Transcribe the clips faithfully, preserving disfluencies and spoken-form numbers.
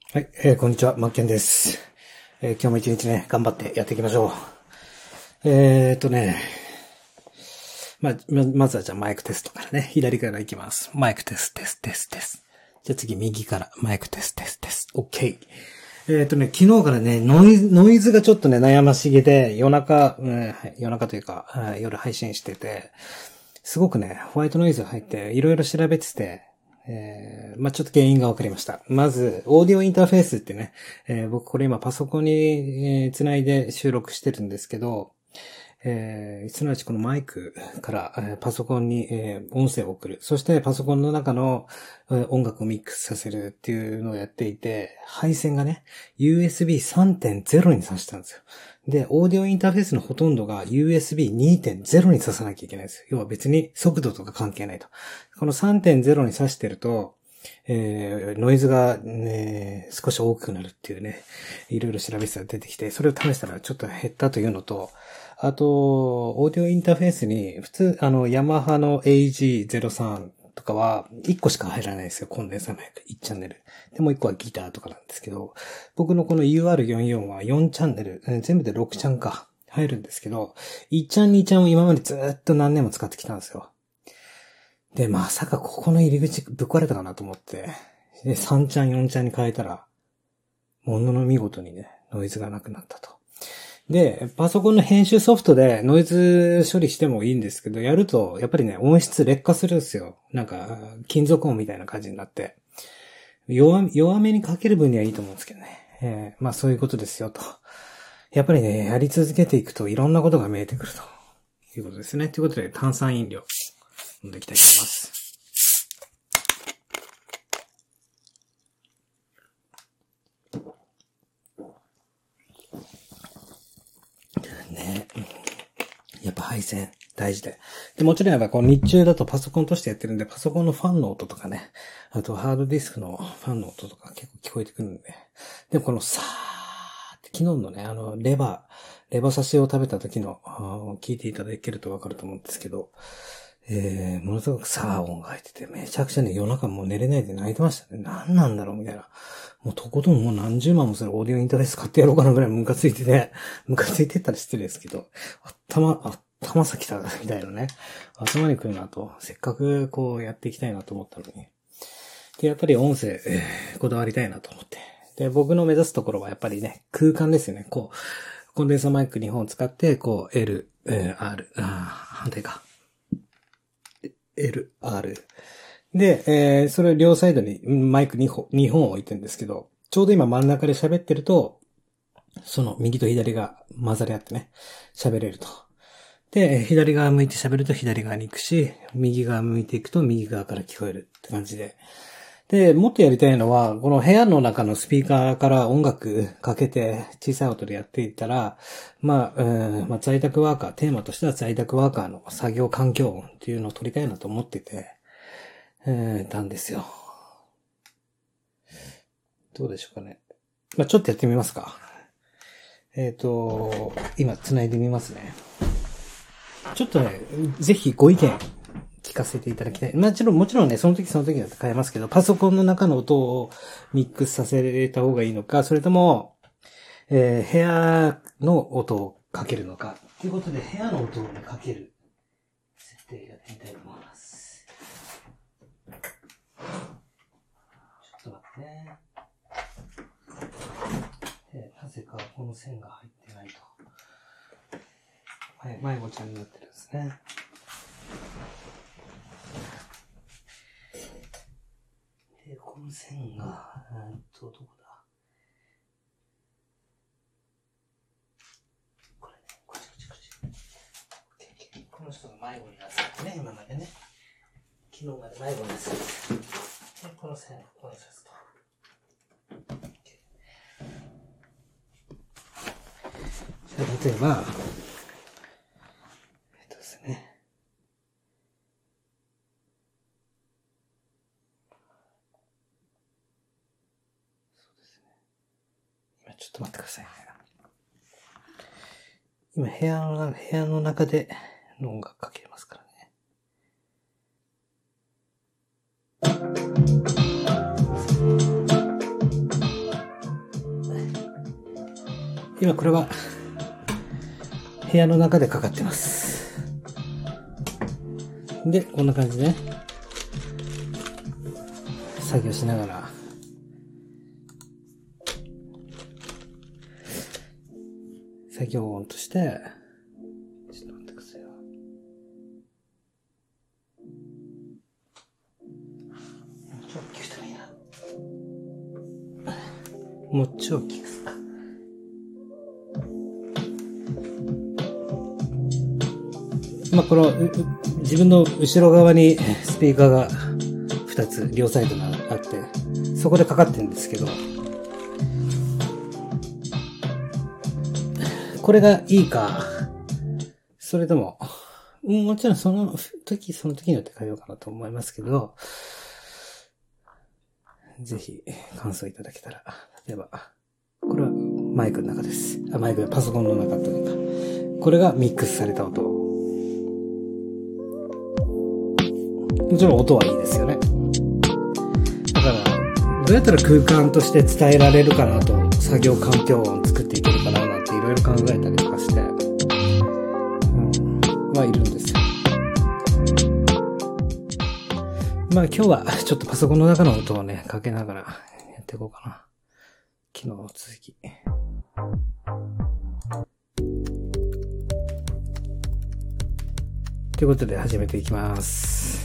はい、えー、こんにちは、マッケンです。えー、今日も一日ね、頑張ってやっていきましょう。えーっとね、まあ、ま、まずはじゃあマイクテストからね、左からいきます。マイクテスト、テスト、テスト、テスト。じゃあ次右からマイクテスト、テスト、テスト。OK。えーっとね、昨日からね、ノイズ、ノイズがちょっとね、悩ましげで、夜中、うん、夜中というか、はい、夜配信してて、すごくね、ホワイトノイズが入って、いろいろ調べてて、えー、まあ、ちょっと原因がわかりました。まず、オーディオインターフェースってね、えー、僕これ今パソコンに、えー、つないで収録してるんですけど、えー、すなわちこのマイクから、えー、パソコンに、えー、音声を送る。そしてパソコンの中の、えー、音楽をミックスさせるっていうのをやっていて、配線がね、ユーエスビーさんてんゼロ に挿したんですよ。で、オーディオインターフェースのほとんどが ユーエスビーにてんゼロ に挿さなきゃいけないんですよ。要は別に速度とか関係ないと。この さんてんゼロ に挿してると、えー、ノイズが、ね、少し大きくなるっていうね、いろいろ調べてたら出てきて、それを試したらちょっと減ったというのと、あと、オーディオインターフェースに、普通、あの、ヤマハの エージーゼロさん とかはいっこしか入らないんですよ。コンデンサーマイクいちチャンネル。で、もういっこはギターとかなんですけど、僕のこの ユーアールよんじゅうよん はよんチャンネル、全部でろくチャンか、入るんですけど、いちチャンにチャンを今までずっと何年も使ってきたんですよ。で、まさかここの入り口ぶっ壊れたかなと思って、で、さんチャン、よんチャンに変えたら、ものの見事にね、ノイズがなくなったと。で、パソコンの編集ソフトでノイズ処理してもいいんですけど、やると、やっぱりね、音質劣化するんですよ。なんか、金属音みたいな感じになって。弱、弱めにかける分にはいいと思うんですけどね。えー、まあそういうことですよと。やっぱりね、やり続けていくといろんなことが見えてくるということですね。ということで、炭酸飲料飲んでいきたいと思います。ね、やっぱ配線大事で。で、もちろんやっぱこう日中だとパソコンとしてやってるんで、パソコンのファンの音とかね、あとハードディスクのファンの音とか結構聞こえてくるんで。でもこのさーって昨日のね、あの、レバー、レバ刺しを食べた時の、聞いていただけるとわかると思うんですけど、えー、ものすごくサー音が入ってて、めちゃくちゃね、夜中もう寝れないで泣いてましたね。何なんだろうみたいな。もうとことんもう何十万もするオーディオインターフェース買ってやろうかなぐらいムカついてて、ムカついてったら失礼ですけど、頭、頭先たみたいなね。頭に来るなと。せっかくこうやっていきたいなと思ったのに。で、やっぱり音声、えー、こだわりたいなと思って。で、僕の目指すところはやっぱりね、空間ですよね。こう、コンデンサーマイクにほん使って、こう、L、えー、R、あ反対か。L、R。で、えー、それを両サイドにマイクにほん、にほん置いてるんですけど、ちょうど今真ん中で喋ってると、その右と左が混ざり合ってね、喋れると。で、左側向いて喋ると左側に行くし、右側向いていくと右側から聞こえるって感じで。で、もっとやりたいのは、この部屋の中のスピーカーから音楽かけて小さい音でやっていったら、まあ、うんまあ、在宅ワーカー、テーマとしては在宅ワーカーの作業環境音っていうのを取りたいなと思ってて、えー、たんですよ。どうでしょうかね。まあ、ちょっとやってみますか。えっと、今繋いでみますね。ちょっとね、ぜひご意見聞かせていただきたい。もちろん、もちろんね、その時その時だと変えますけど、パソコンの中の音をミックスさせた方がいいのか、それとも、えー、部屋の音をかけるのか。ということで、部屋の音を、ね、かける設定やってみたいと思います。ちょっと待ってね。で、なぜかこの線が入ってないと。迷子ちゃんになってるんですね。で、この線が、えー、っと、どこだこれね、こっちこっちこっち。この人が迷子になっててね、今までね。昨日まで迷子になってた。で、この線、この線と。例えば、えっとですね。そうですね。今ちょっと待ってくださいね。今部屋の、部屋の中で音楽かけますからね。 今これは部屋の中でかかってます。で、こんな感じでね、作業しながら、作業音として、ちょっと待ってくださいよ。ちょっと大きくしてもいいな。もうちょい大きくすか。まあ、この、自分の後ろ側にスピーカーがふたつ両サイドにあって、そこでかかってるんですけど、これがいいか、それとも、もちろんその時その時によって変えようかなと思いますけど、ぜひ感想いただけたら。例えば、これはマイクの中です。あ、マイクパソコンの中というか、これがミックスされた音。もちろん音はいいですよね。だから、どうやったら空間として伝えられるかなと、作業環境を作っていけるかななんていろいろ考えたりとかして、うん、はいるんですよ。まあ今日はちょっとパソコンの中の音をね、かけながらやっていこうかな。昨日の続き。ということで始めていきます。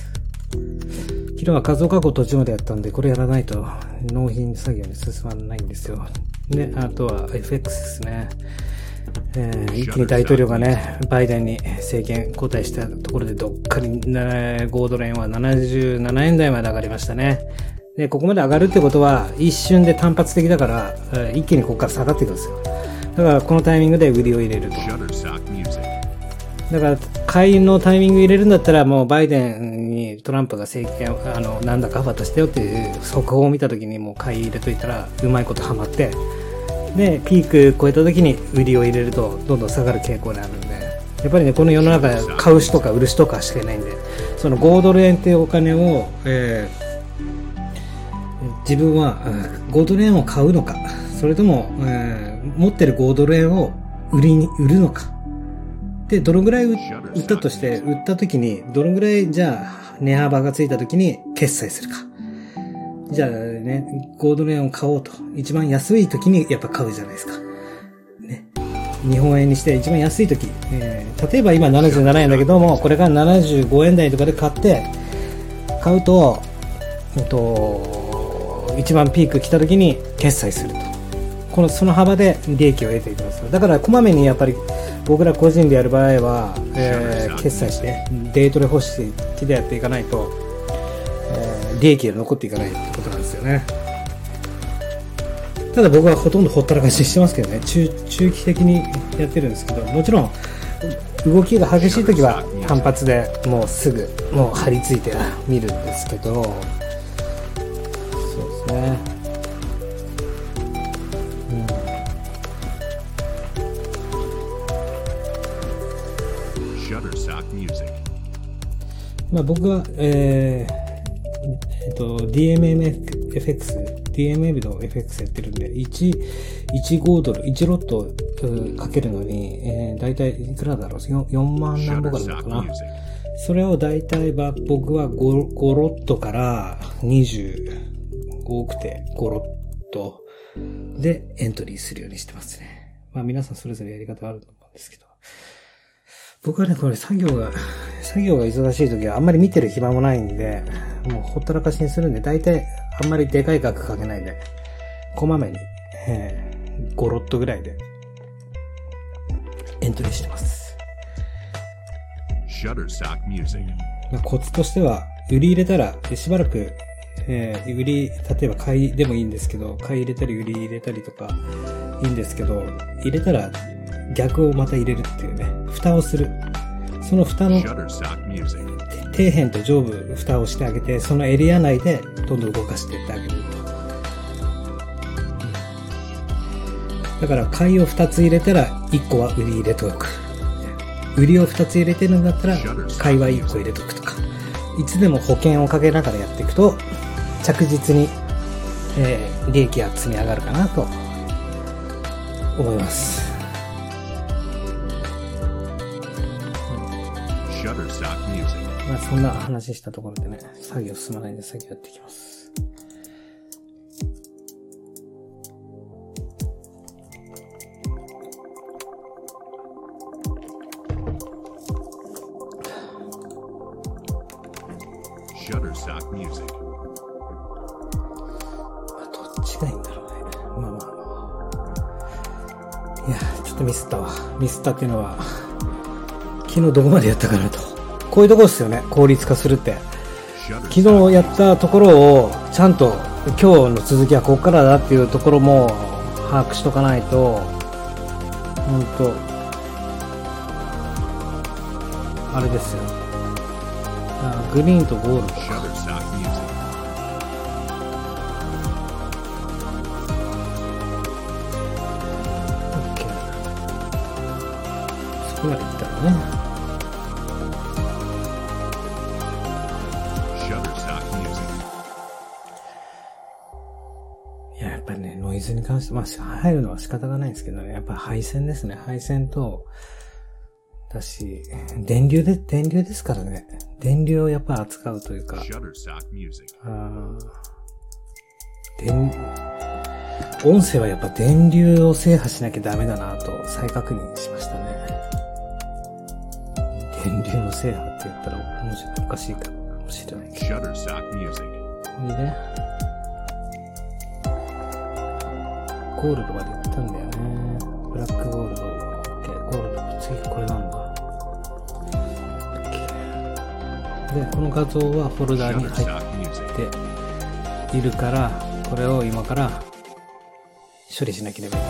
昨日は画像加工途中までやったんで、これやらないと納品作業に進まないんですよ。で、あとは エフエックス ですね。えー、一気に大統領がね、バイデンに政権交代したところでどっかに、ね、ゴードル円はななじゅうななえん台まで上がりましたね。で、ここまで上がるってことは一瞬で単発的だから、一気にここから下がっていくんですよ。だからこのタイミングで売りを入れると。だから買いのタイミング入れるんだったらもうバイデンにトランプが政権あのなんだか渡してよっていう速報を見た時にもう買い入れといたらうまいことハマって、でピーク超えた時に売りを入れるとどんどん下がる傾向にあるんで、やっぱりねこの世の中で買う人とか売る人とかしかいないんで、そのごドル円っていうお金を、えー、自分はごドル円を買うのか、それとも、えー、持ってるごドル円を売りに売るのかで、どのぐらい売ったとして、売った時に、どのぐらい、じゃあ、値幅がついた時に決済するか。じゃあね、ごドル円を買おうと。一番安い時にやっぱ買うじゃないですか。ね。日本円にして一番安い時。えー、例えば今ななじゅうななえんだけども、これがななじゅうごえん台とかで買って、買うと、えっと、一番ピーク来た時に決済すると。この、その幅で利益を得ていきます。だから、こまめにやっぱり、僕ら個人でやる場合は、えー、決済して、デイトレ方式でやっていかないと、えー、利益が残っていかないってことなんですよね。ただ僕はほとんどほったらかしにしてますけどね、中、中期的にやってるんですけど、もちろん、動きが激しい時は単発でもうすぐ、もう張り付いて見るんですけど、そうですね。まあ僕は、えー、えっと、ディーエムエムエフエックス、ディーエムエム の エフエックス やってるんで、いち、いちごドル、いちロットかけるのに、えー、だいたいいくらだろう 4, よんまん何ぼかなのかな。それをだいたい僕は 5, 5ロットからにじゅうごおくてごロットでエントリーするようにしてますね。まあ皆さんそれぞれやり方あると思うんですけど。僕はね、これ作業が、作業が忙しい時はあんまり見てる暇もないんで、もうほったらかしにするんで、だいたいあんまりでかい額かけないで、こまめに、えー、ごロットぐらいで、エントリーしてます。まあ、コツとしては、売り入れたら、しばらく、えー、売り、例えば買いでもいいんですけど、買い入れたり売り入れたりとか、いいんですけど、入れたら、逆をまた入れるっていうね、蓋をする。その蓋の底辺と上部蓋をしてあげて、そのエリア内でどんどん動かしていってあげると。だから買いをふたつ入れたらいっこは売り入れておく。売りをふたつ入れてるんだったら買いはいっこ入れておくとか。いつでも保険をかけながらやっていくと着実に、えー、利益が積み上がるかなと思います。まあそんな話したところでね、作業進まないんで作業やっていきます。 Shutterstock Music。 まあどっちがいいんだろうね。まあまあ。いや、ちょっとミスったわ。ミスったっていうのは、昨日どこまでやったかなと。こういうところですよね。効率化するって。昨日やったところを、ちゃんと今日の続きはここからだっていうところも把握しとかないと、ほんと、あれですよ。グリーンとゴールドか。OK。そこまでいったらね。いや、やっぱりね、ノイズに関して、まあ、入るのは仕方がないんですけどね、やっぱり配線ですね。配線と、だし、電流で、電流ですからね。電流をやっぱり扱うというか。あ電、音声はやっぱ電流を制覇しなきゃダメだなと再確認しましたね。電流の制覇って言ったら面白い、おかしいかもしれないけど。ここにね、ゴールドまで行ったんだよね。ブラックゴールド。OK、ゴールド。次これなんだ。で、この画像はフォルダに入っているから、これを今から処理しなければいけない。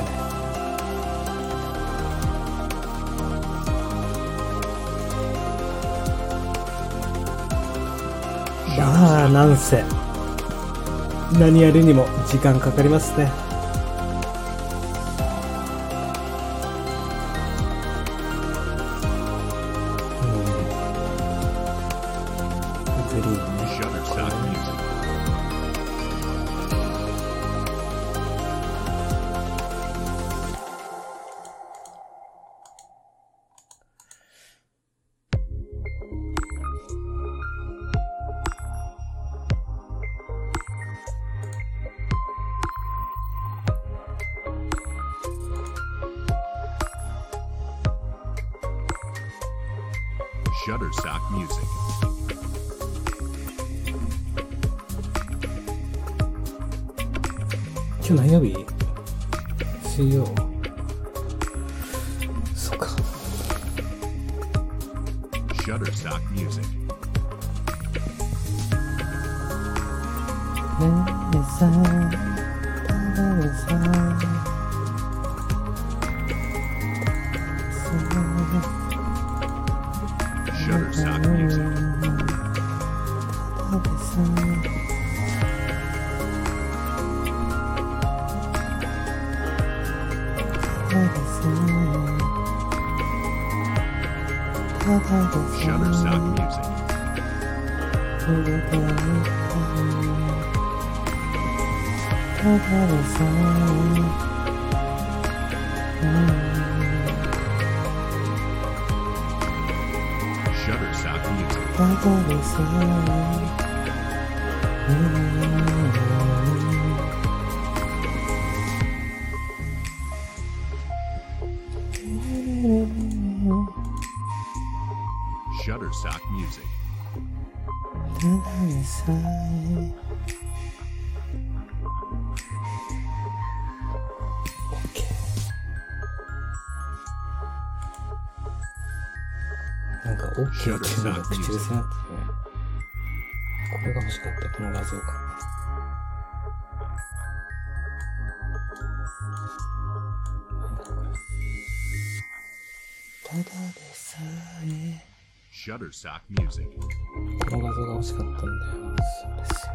まあ、なんせ、何やるにも時間かかりますね。 Shutterstock Music。 今日何曜日？水曜。そうか。 Shutterstock Music。 ねえさ、ねえさ。 Shutterstock Music。Shutterstock Music。Shutterstock Music。Shutterstock Music。 なんか OK っていうのが口癖になっててね。これが欲しかった、この画像か。ただでさえ Shutterstock Music。 この画像が欲しかったんだよ。そうですよ。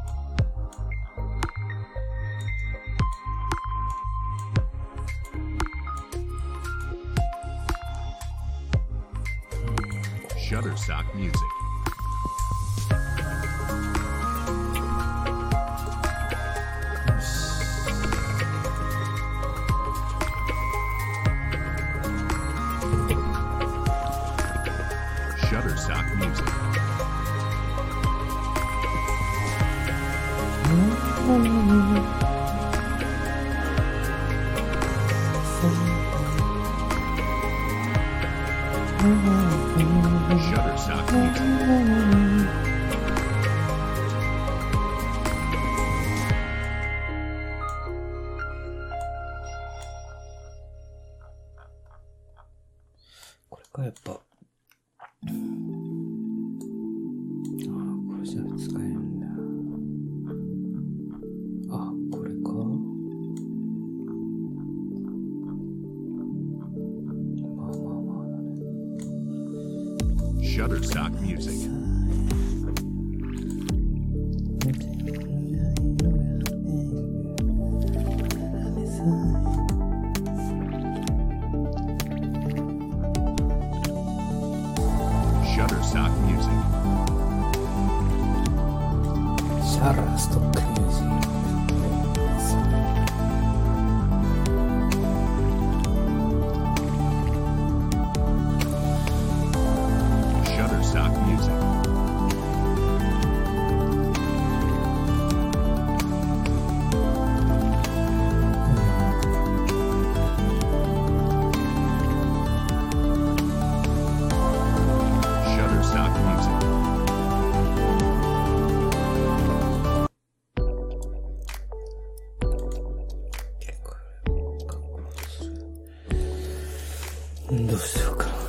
Shutterstock Music。 よし。 かやっぱ。ああ、これじゃ使えるんだ。あ、これか。まあまあまあだね。 Shutterstock Music. Shutterstock Music. Shutterstock Music. Shutterstock Music. Shutterstock Music. 結構格好する。うんどうしようかな。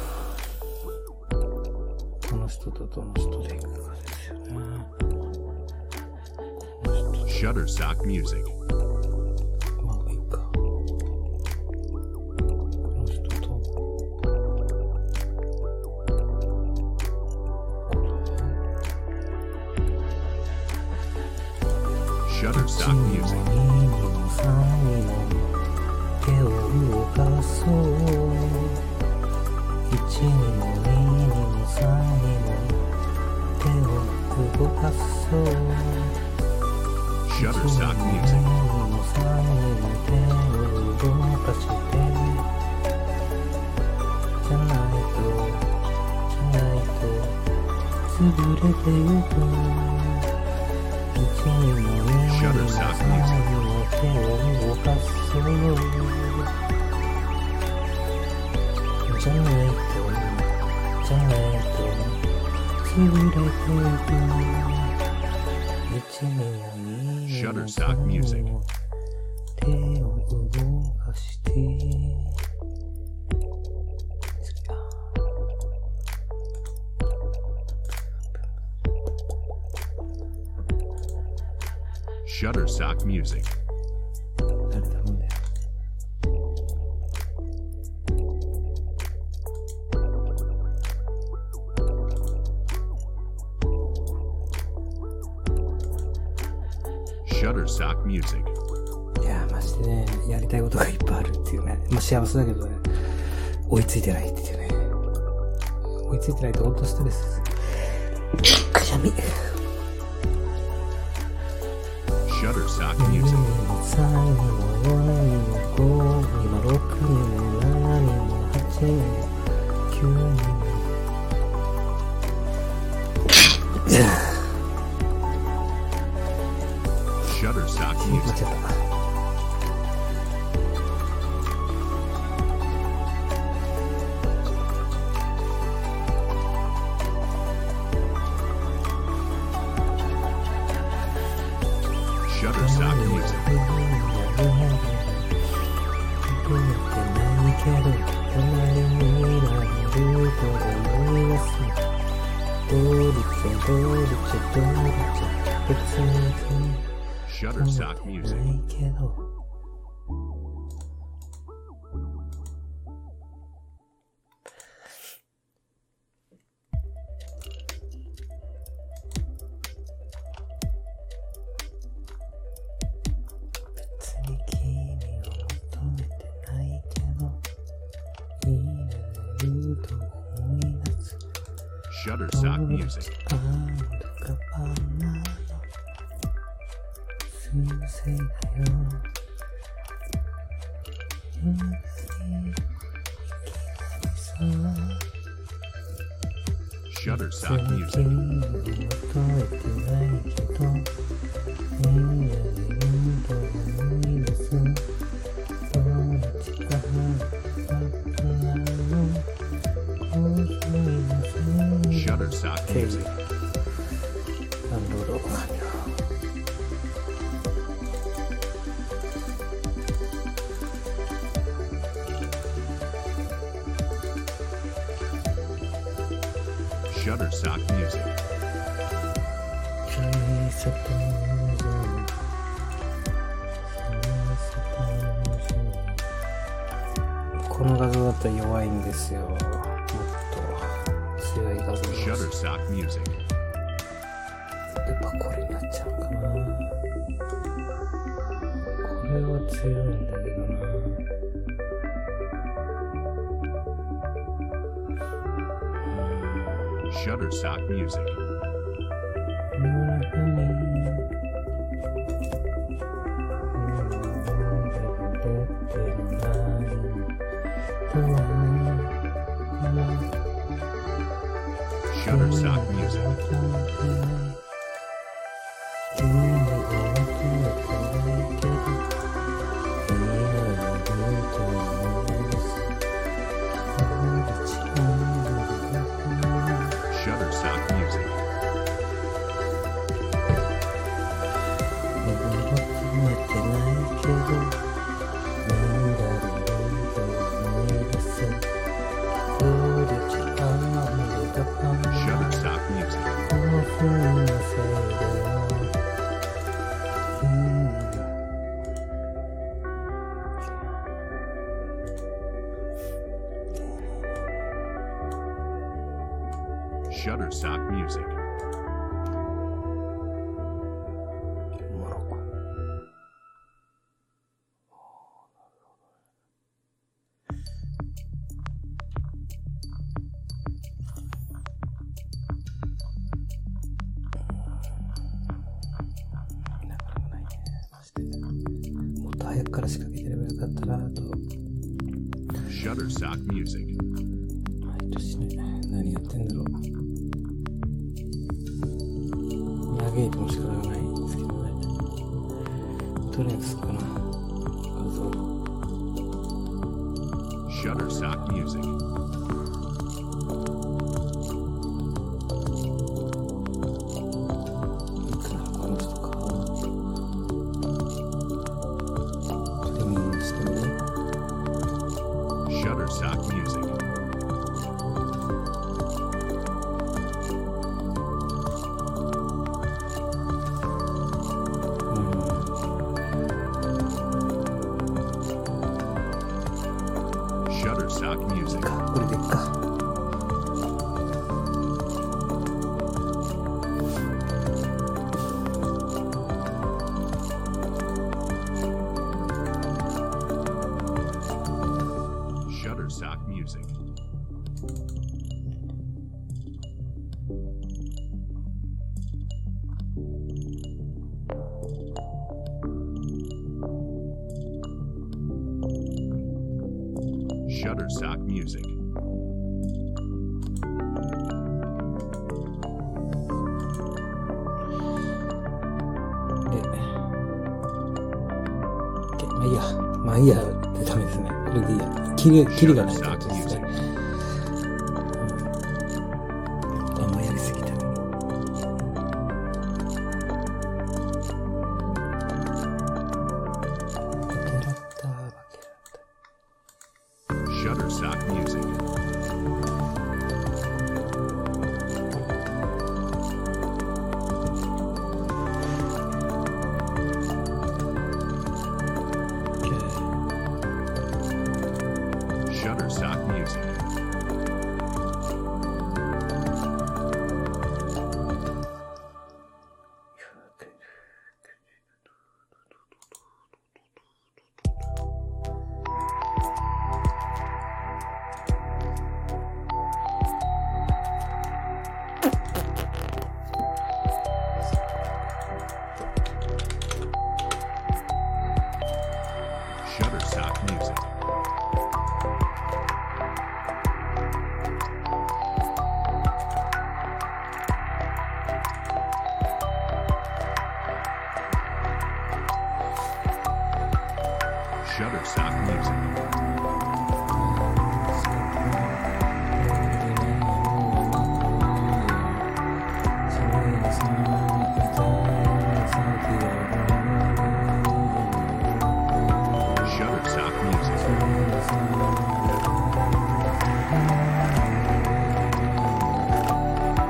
この人とどの人でいくかですよね。この人 Shutterstock Music. まあいいか。この人とこれ。 Shutterstock Music. にもさんにも手を動かそういちにもににもさんにも手を動かそう Shutterstock いちに Music. もにもさんにも手を動かしてじゃないとじゃないと潰れてゆくいちにもににもさんにも手を動かそうじゃないとじゃないと潰れてゆくいちにもににもさんにも手を動かして Shutterstock Music. 誰だもんだよ。 Shutterstock Music. いやーマジでね、やりたいことがいっぱいあるっていうね。まあ幸せだけどね、追いついてないっていうね。追いついてないとほんとストレスです。くしゃみ。 Shutterstock に Music. もさんにもよんにもごにもろくにもななにもはちにもきゅうにも間 Shutterstock 違 Music. った。 Shutterstock Music. 覚えてないけど隣にいられると思いますどうりちゃどうりちゃどうりちゃ別に Shutterstock 覚えて Music. ないけど Shutterstock Music. あんかバナの彗星だよ。いきなりさ Shutterstock 君 Music. にも求めてないけどみんなでいると思い出すどうに時間だったの Shutterstock Music. ダウンロード完了。 Shutterstock Music. この画像だったら弱いんですよ。もっと強い画像。 Shutterstock Music. やっぱこれになっちゃうかな。これは強いんだけどな。 Shutterstock Music. Shutterstock Music. Shutterstock Music. シャッタースタックミュージック。 モロコ。なかなかないね。マジで。もっと早くから仕掛けてればよかったなと。 シャッタースタックミュージック。 毎年ね、何やってんだろう。嘆いても仕方がないんですけどね。どれにするかな。画像。 Shutterstock Music. いつならこの人か。トリミングしてみる。 Shutterstock Music. Shutterstock Music. か、これでいっか。 Shutterstock Music. Shutterstock Music. で、まあいいや、まあいいやってダメですね。これでいいや。キリ、キリがないってことですね。あんまやりすぎた。バケラッター、バケラッター。 Shutterstock Music. Shutterstock Music. Shutterstock Music. Shutterstock Music. Shutterstock Music.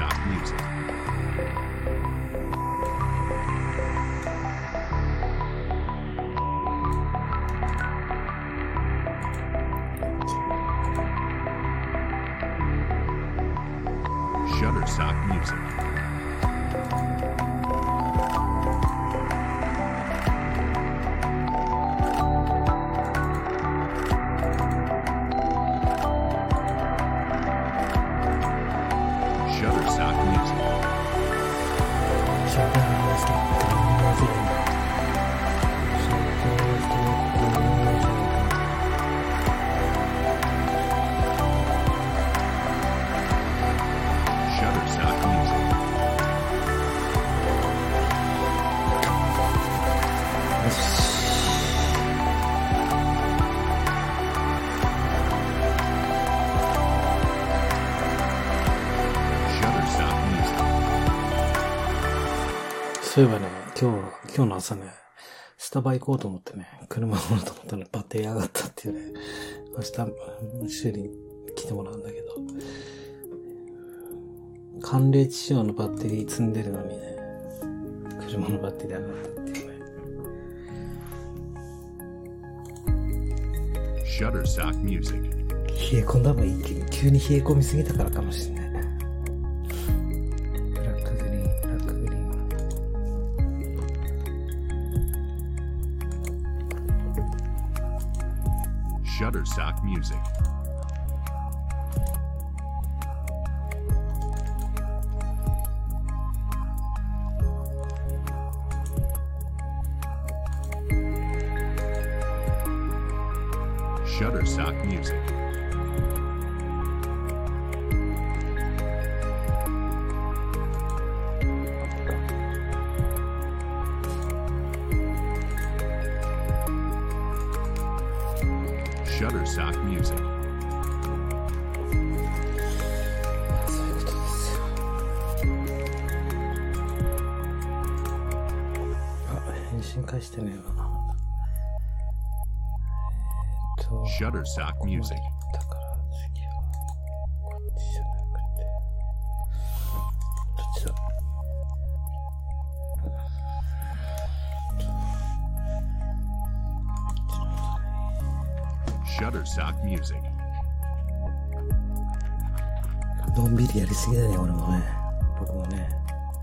Shutterstock Music. Shutterstock Music. Shutterstock Music. Shutterstock Music. Shutterstock Music. そういえばね、今日、今日の朝ね、スタバ行こうと思ってね、車乗ろうと思ったらバッテリー上がったっていうね、明日、修理に来てもらうんだけど、寒冷地仕様のバッテリー積んでるのにね、車のバッテリー上がったっていうね。 Shutterstock Music. 冷え込んだもいいけど、急に冷え込みすぎたからかもしれない。ブラックグリーン、ブラックグリーン。 Shutterstock Music. Shutterstock Music. Shutterstock Music. そういうことですよ。あ、返信返してねえな。えーっと、 Shutterstock Music. だから次はこっちじゃなくて、どっちだ。 Shutterstock Music. のんびりやりすぎだね、俺もね。僕もね。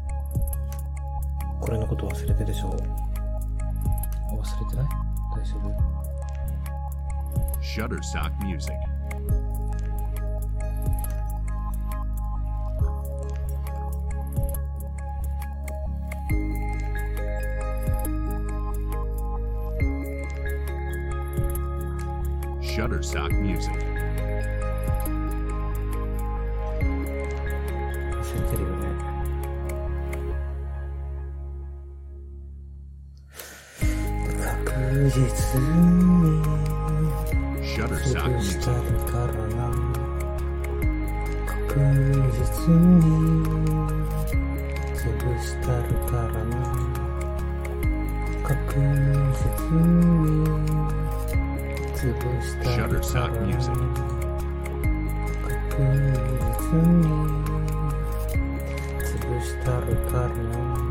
これのこと忘れてるでしょ。忘れてない？大丈夫？ Shutterstock Music. Shutterstock Music. 忘れてるよね。確実に Shutterstock 潰した Music. からな。確実に潰したるからな。確実に潰したるから Shutterstock な。 Music. 確実に潰したるからな。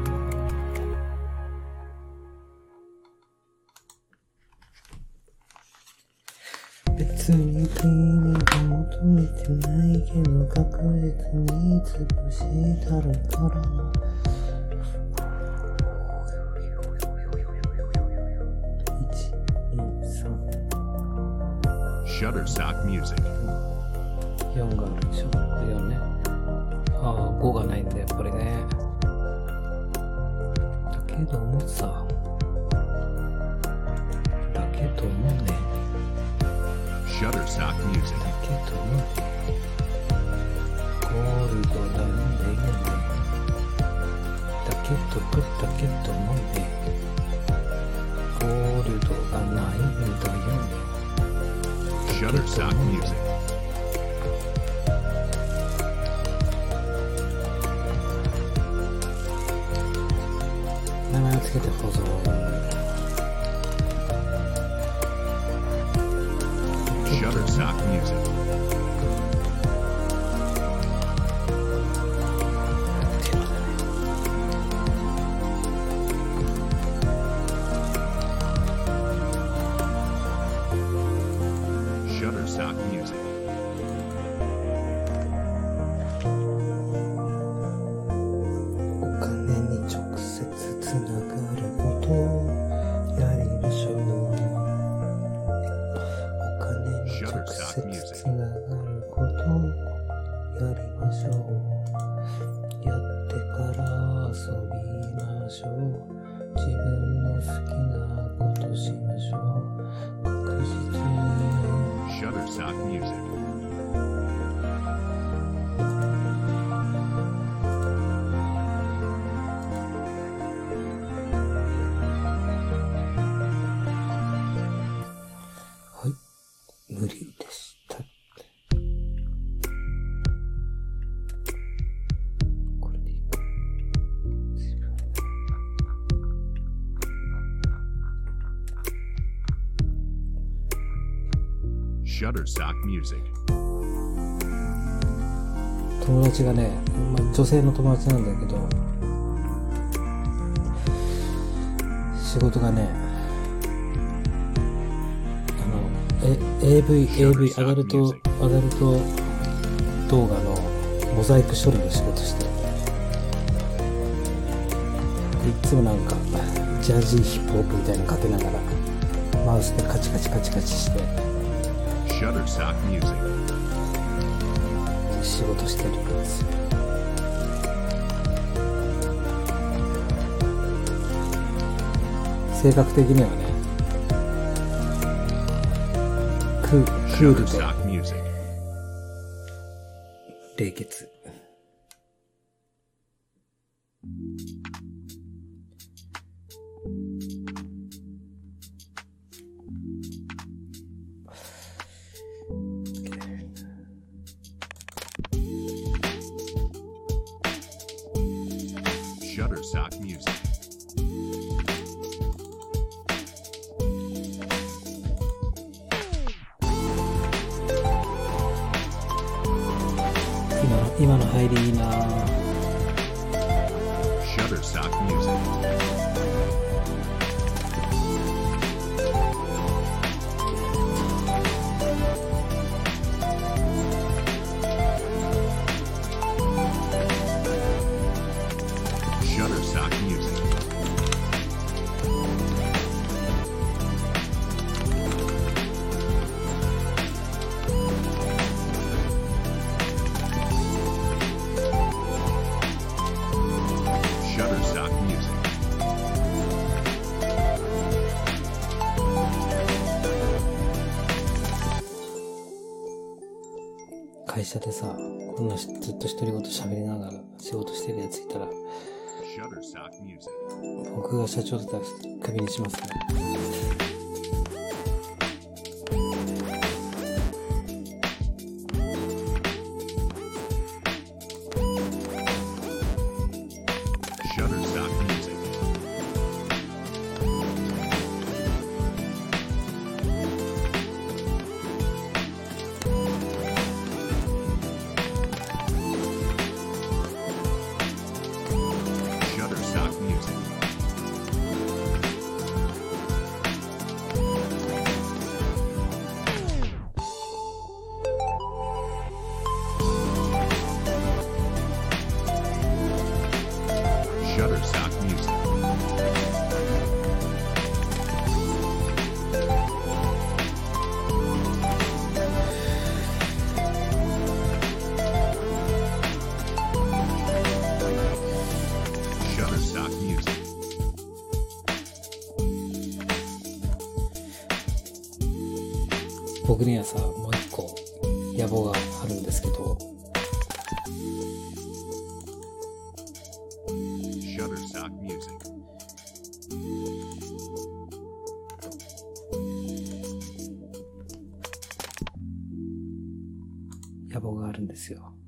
別に君が求めてないけど確実に潰したるからな。いち、に、さん、 Shutterstock Music. よんがあるでしょ。よんね。ああ、ごがないんだ、やっぱりね。だけどもさ。だけどもね。 Shutterstock Music. だけどもね。ゴールドなんだよね。だけど、だけどもね。ゴールドがないんだよね。 Shutterstock Music. 名前をつけて保存。 Shutterstock Music. しょう。自分の好きなことしましょう。確実に。 Shutterstock Music. はい、無理でした。これでいいか。 Shutterstock Music. 友達がね、まあ、女性の友達なんだけど、仕事がね、あの、え、エーブイ、エーブイ、アダルト、アダルト動画のモザイク処理の仕事して、でいつもなんか、ジャジーヒップホップみたいなのかけながら、マウスでカチカチカチカチして、 Shutterstock Music. 仕事してるんですよ。性格的にはね、ク、クールで Shutterstock Music. 冷血。 Shutterstock Music. 今の、今の入りいいなぁ。 Shutterstock Music. Shutterstock Music. 会社でさ、こんなずっと独り言喋りながら仕事してるやついたら、 Shutterstock Music. 僕が社長だったらクビにしますね。 Shutterstock Music. Shutterstock Music. 僕にはさ、もう一個野望があるんですけど、 Shutterstock Music. 野望があるんですよ。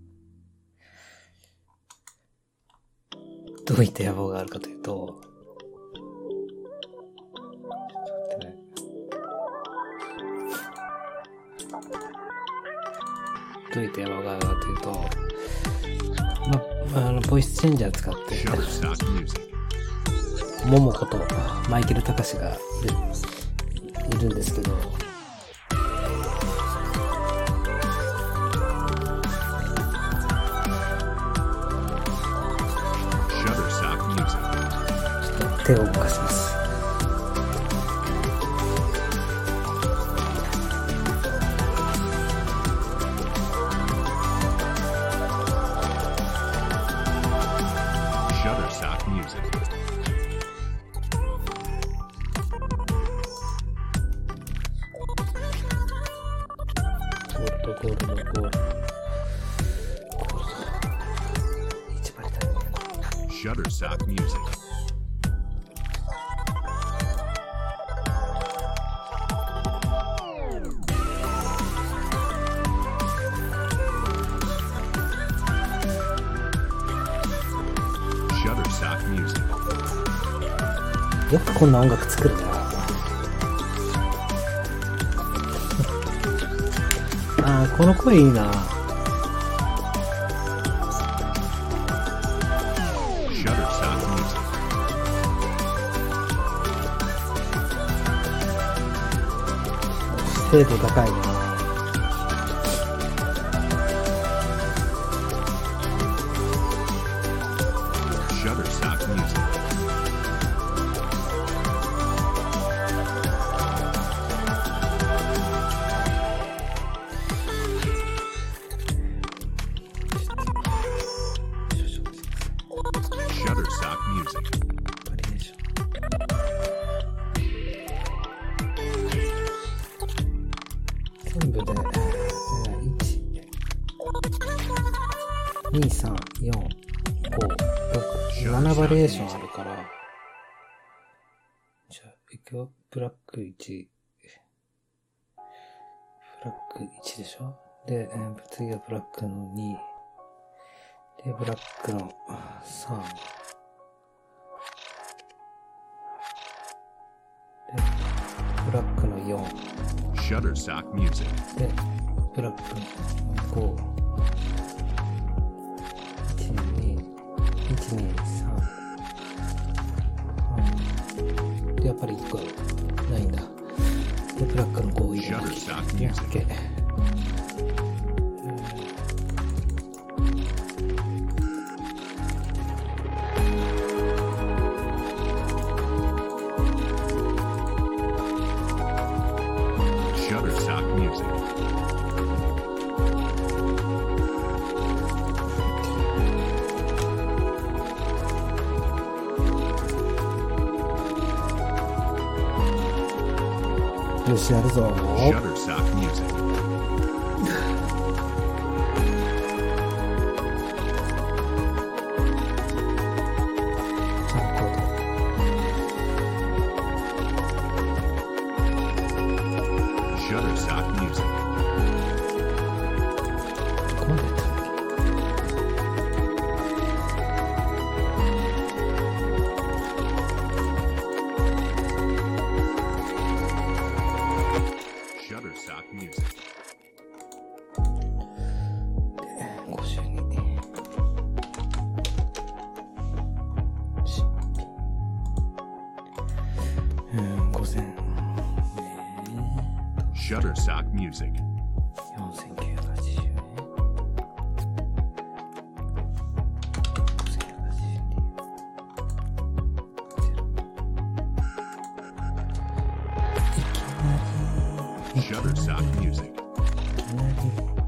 どういった野望があるかというと、どういった野望があるかというと、ま、あの、ボイスチェンジャー使って、 Shutterstock Music. モモコとマイケル・タカシがいる、いるんですけど、 Shutterstock Music. ちょっと手を動かします。 Shutterstock Music. Shutterstock Music. Shutterstock Music. よくこんな音楽作るな。あー、この声いいな。 Shutterstock Music. 精度高いな。 Shutterstock Music. バリエーション。全部で、いち、に、さん、よん、ご、ろく、ななバリエーションあるから、じゃあ、いくよ。ブラックいち、ブラックいちでしょ。で、えー、次はブラックのに、で、ブラックのさん、で、ブラックのよん、 Shutterstock Music. で、ブラックのご、いち、に、いち、に、さん、で、やっぱりいっこないんだ。で、ブラックのご入れる。 Shutterstock Music. OK。 Shutterstock Music. よし、やるぞ。 Shutterstock Music. ちゃんと Shutterstock Music. ここまでやったんだっけ。 Shutterstock Music. ごじゅうに。うん、ごせん。 Shutterstock Music. よんせんきゅうひゃくはちじゅうね。ごせんひゃくはちじゅうに。 Shutterstock Music. いきなり。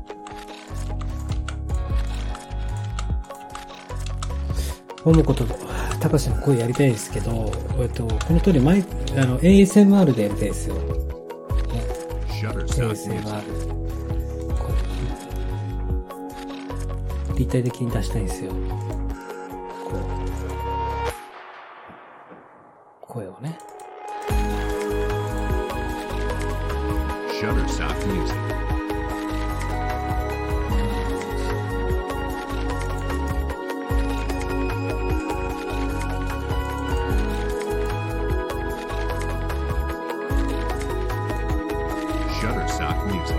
ももことたかしの声やりたいですけど、えっと、この通り前、あの、エーエスエムアール でやりたいですよ。ね、 Shutterstock Music. エーエスエムアール。こう立体的に出したいんですよ。こう。声をね。 Shutterstock Music. Shutterstock Music.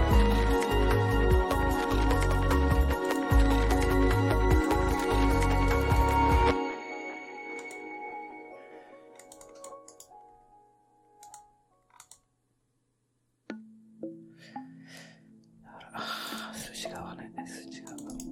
数字が合わない。数字が。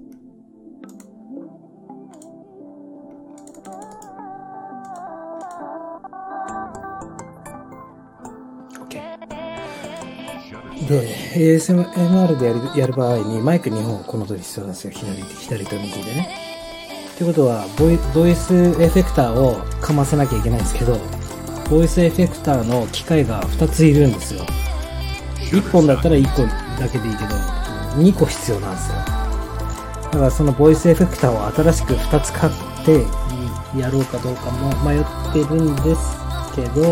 で、エーエスエムアール でやる、やる場合にマイクにほんこの通り必要なんですよ。左、左と右でね。ということはボイ、ボイスエフェクターをかませなきゃいけないんですけど、ボイスエフェクターの機械がふたついるんですよ。いっぽんだったらいっこだけでいいけど、にこ必要なんですよ。だからそのボイスエフェクターを新しくふたつ買って、 やろうかどうかも迷ってるんですけど、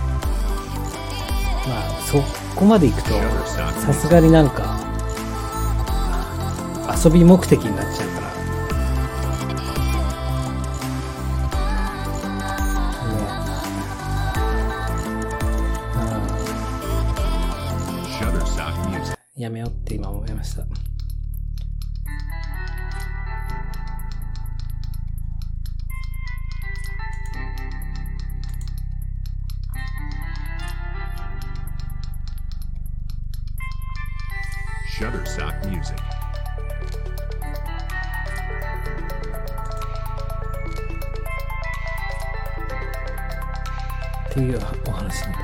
まあそこまで行くとさすがになんか遊び目的になっちゃうから。やめようって今思いました。 Shutterstock Music. っていうお話なんです。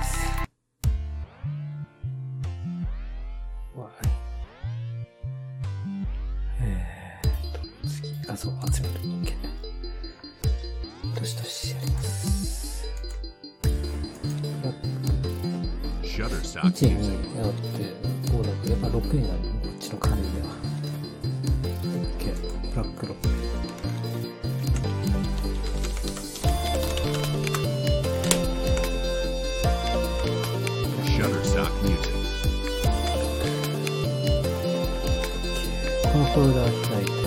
えーと、次、画像集める OK。どしどしやります。いちにやって、ごだとやっぱろくになるの、こっちの管理では。OK。ブラックロック。 Shutterstock Music. このフォルダー開いて、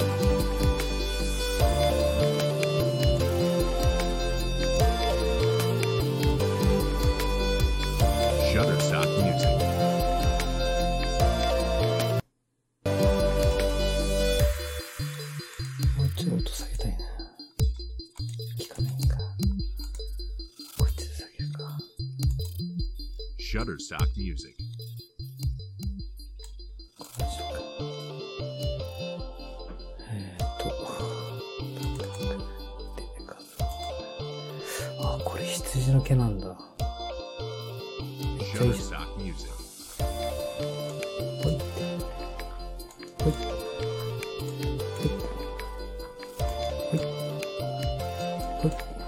Shutterstock Music. もうちょい音下げたいな。聞かないんか。こっちで下げるか。 Shutterstock Music. これにしようか。えーっと。で、画像。あ、これ羊の毛なんだ。めっちゃいいじゃん。 Shutterstock Music. ほいって。ほい。ほい。ほい。ほい。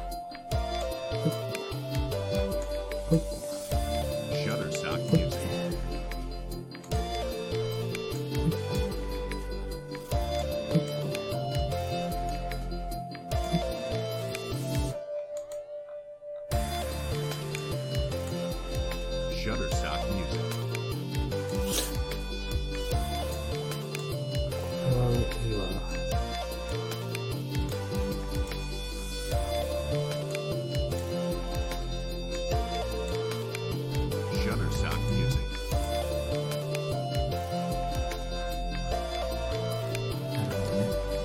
ほい。 Shutterstock ほい。 Music. Shutterstock Music. これはいいわ。 Shutterstock Music. なるほどね。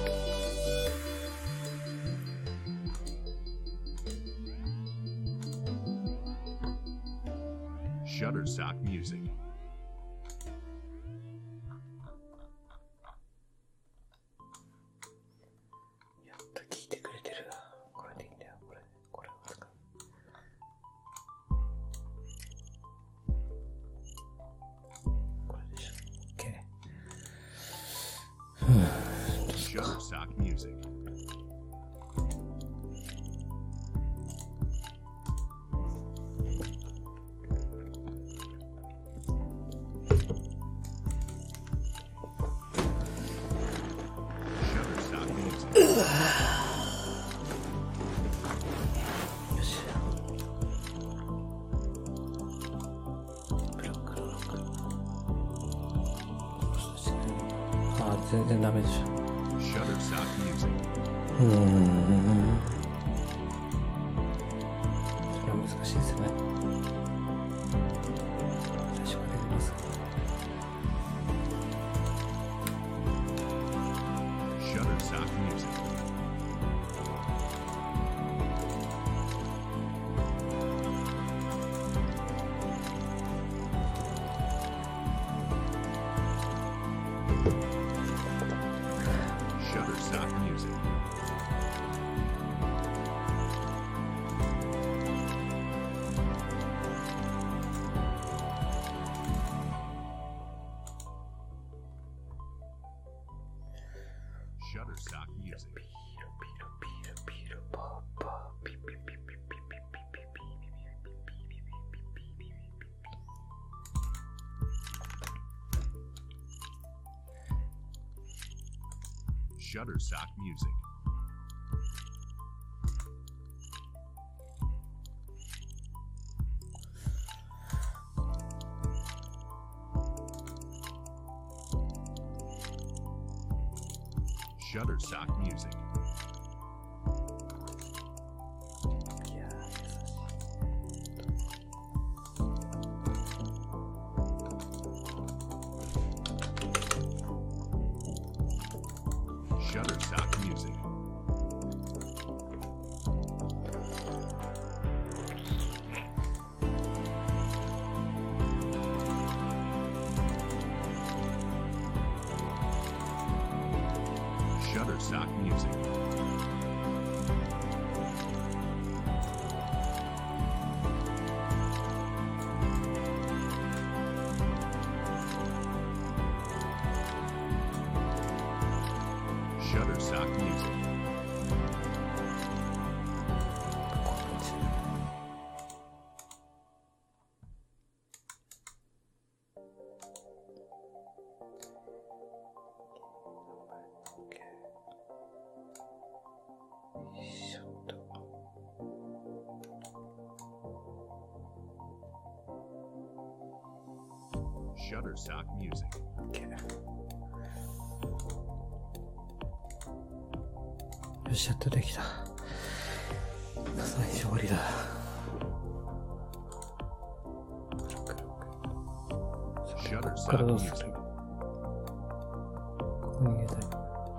Shutterstock Music. やっと聞いてくれてるな。これでいいんだよ。これ、これを使う。これでしょ。OK。ふぅ。 Shutterstock Music. Shutterstock Music. よし。ブラックロック。あ、全然ダメでしょ。 Shutterstock Music. うーん。それは難しいですね。最初からやりますか。 Shutterstock Music. Shutterstock Music. Shutterstock Music. ピロピロピロピロパーパーピピピピピピピピピ Shutterstock Music. Shutterstock Music. いやー、優しい。 Shutterstock Music. Shutterstock Music. Shutterstock Music. Shutterstock Music. OK。よし、やっとできた。最初終わりだ。これからど Shutterstock うす Music. る？逃げたい。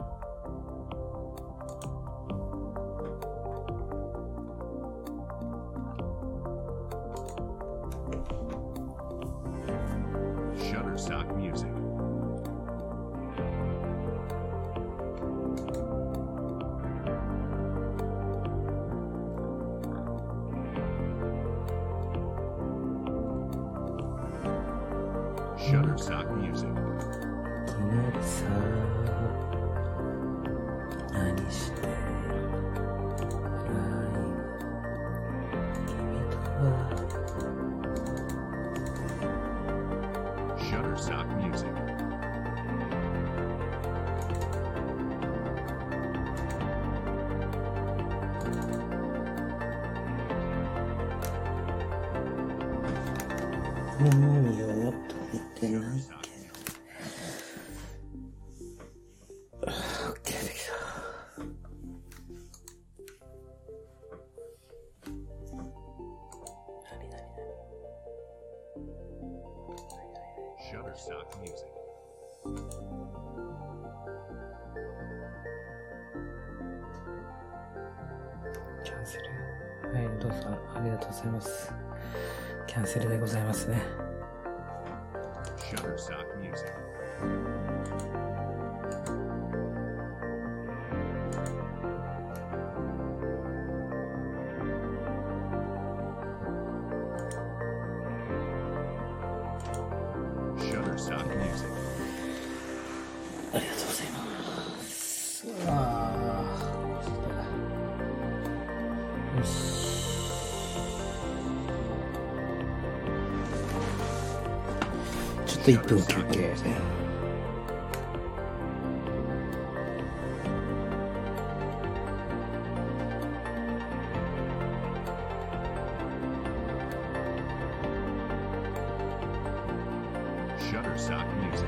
Shutterstock Music. Shutterstock Music. いきなりさ、何してる？君とは Shutterstock Music. 何をやっと見てない Shutterstock け Music. ど。オッケーできた。何何何 Shutterstock Music. キャンセル。はい、どうぞありがとうございます。キャンセルでございますね。 Shutterstock Music. Shutterstock Music. ありがとうございます。ああ。よし。ちょっといっぷん休憩。 Shutterstock Music.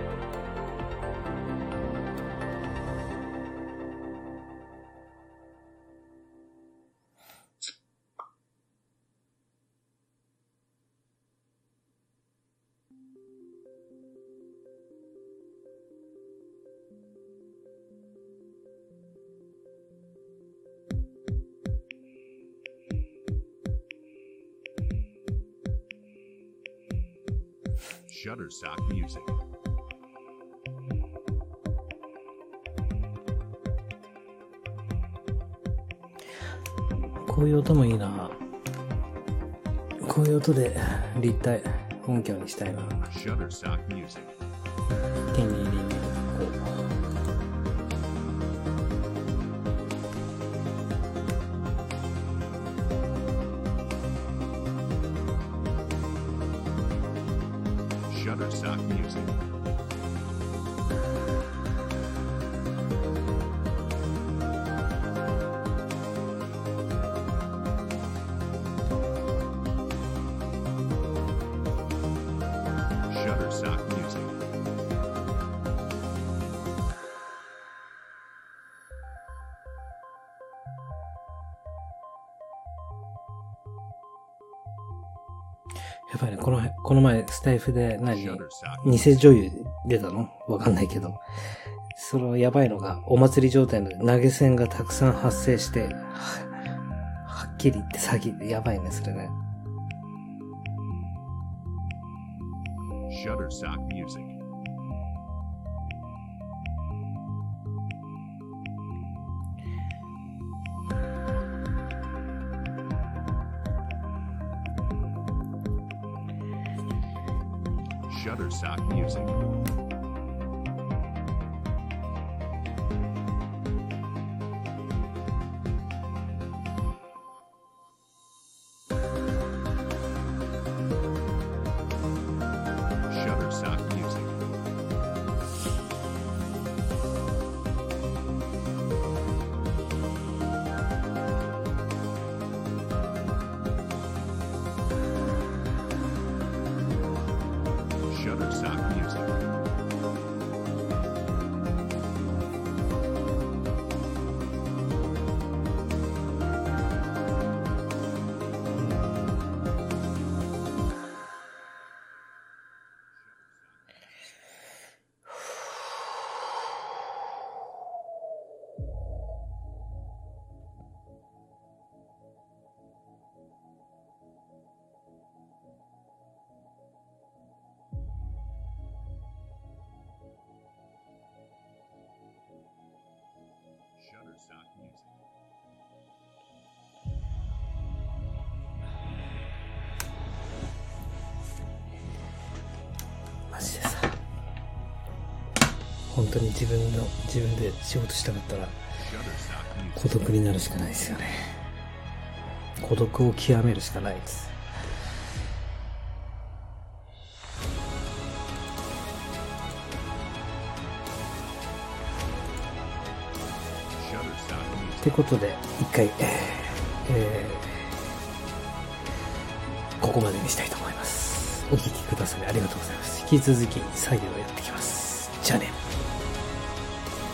Shutterstock Music. こういう音もいいな。こういう音で立体音響にしたいな。 Shutterstock Music. 手に入れにこう。 Shutterstock Music. Shutterstock Music. やばいね、この、この前、スタイフで何、 Shutterstock 偽女優出たのわかんないけど。そのやばいのが、お祭り状態の投げ銭がたくさん発生して、は、はっきり言って詐欺でやばいね、それね。 Shutterstock Music. Shutterstock Music. Shutterstock Music. Shutterstock Music. Shutterstock Music. マジでさ、本当に自分の、自分で仕事したかったら、 Shutterstock Music. 孤独になるしかないですよね。孤独を極めるしかないです。ってことで、一回、えーえーここまでにしたいと思います。お聞きくださりありがとうございます。引き続き作業をやってきます。じゃあね。